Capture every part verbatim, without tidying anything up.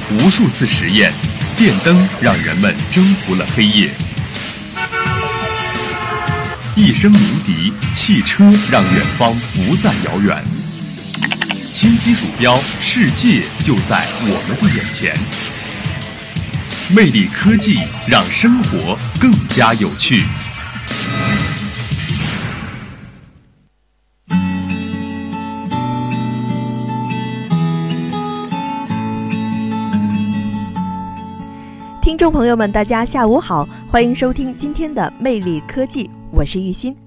无数次实验，电灯让人们征服了黑夜。一声鸣笛，汽车让远方不再遥远。轻击鼠标，世界就在我们的眼前。魅力科技让生活更加有趣。 听众朋友们，大家下午好，欢迎收听今天的魅力科技，我是玉欣。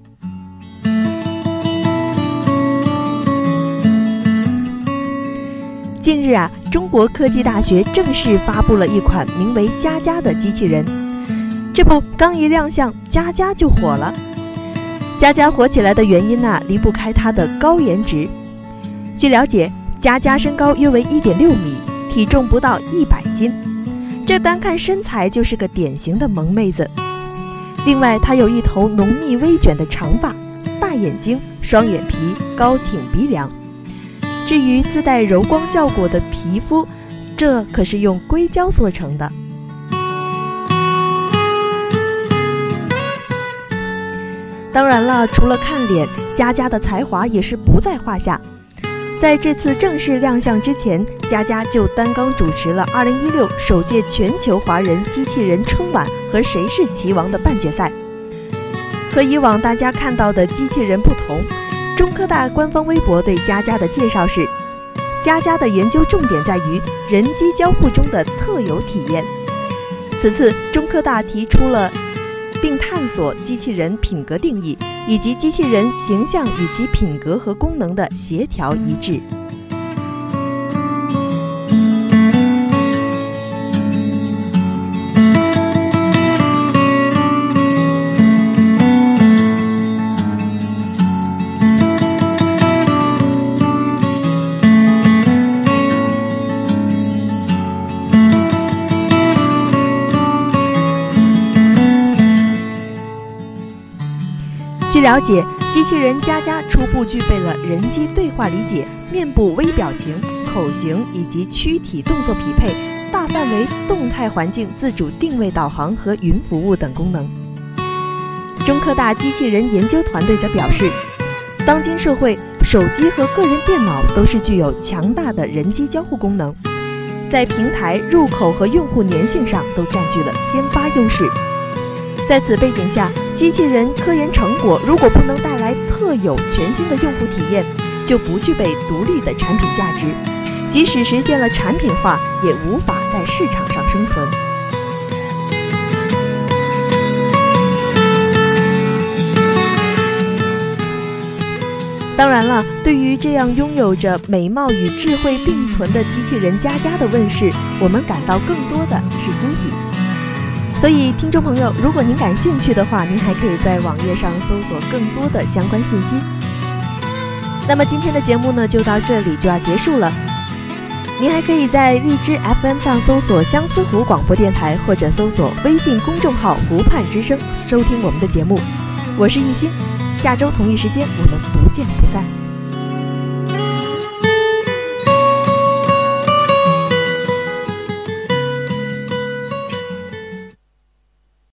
近日啊，中国科技大学正式发布了一款名为佳佳的机器人。这不，刚一亮相，佳佳就火了。佳佳火起来的原因呢、啊，离不开它的高颜值。据了解，佳佳身高约为 一点六米，体重不到一百斤，这单看身材就是个典型的萌妹子。另外，她有一头浓密微卷的长发，大眼睛，双眼皮，高挺鼻梁。至于自带柔光效果的皮肤，这可是用硅胶做成的。当然了，除了看脸，佳佳的才华也是不在话下。在这次正式亮相之前，佳佳就担纲主持了二零一六首届全球华人机器人春晚和谁是棋王的半决赛。和以往大家看到的机器人不同，中科大官方微博对佳佳的介绍是：佳佳的研究重点在于人机交互中的特有体验。此次中科大提出了并探索机器人品格定义，以及机器人形象与其品格和功能的协调一致。据了解，机器人佳佳初步具备了人机对话理解、面部微表情、口型以及躯体动作匹配、大范围动态环境自主定位导航和云服务等功能。中科大机器人研究团队则表示，当今社会，手机和个人电脑都是具有强大的人机交互功能，在平台、入口和用户粘性上都占据了先发优势。在此背景下，机器人科研成果如果不能带来特有全新的用户体验，就不具备独立的产品价值，即使实现了产品化，也无法在市场上生存。当然了，对于这样拥有着美貌与智慧并存的机器人佳佳的问世，我们感到更多的是欣喜。所以听众朋友，如果您感兴趣的话，您还可以在网页上搜索更多的相关信息。那么今天的节目呢，就到这里就要结束了。您还可以在荔枝 F M 上搜索相思湖广播电台，或者搜索微信公众号湖畔之声收听我们的节目。我是玉欣，下周同一时间我们不见不散。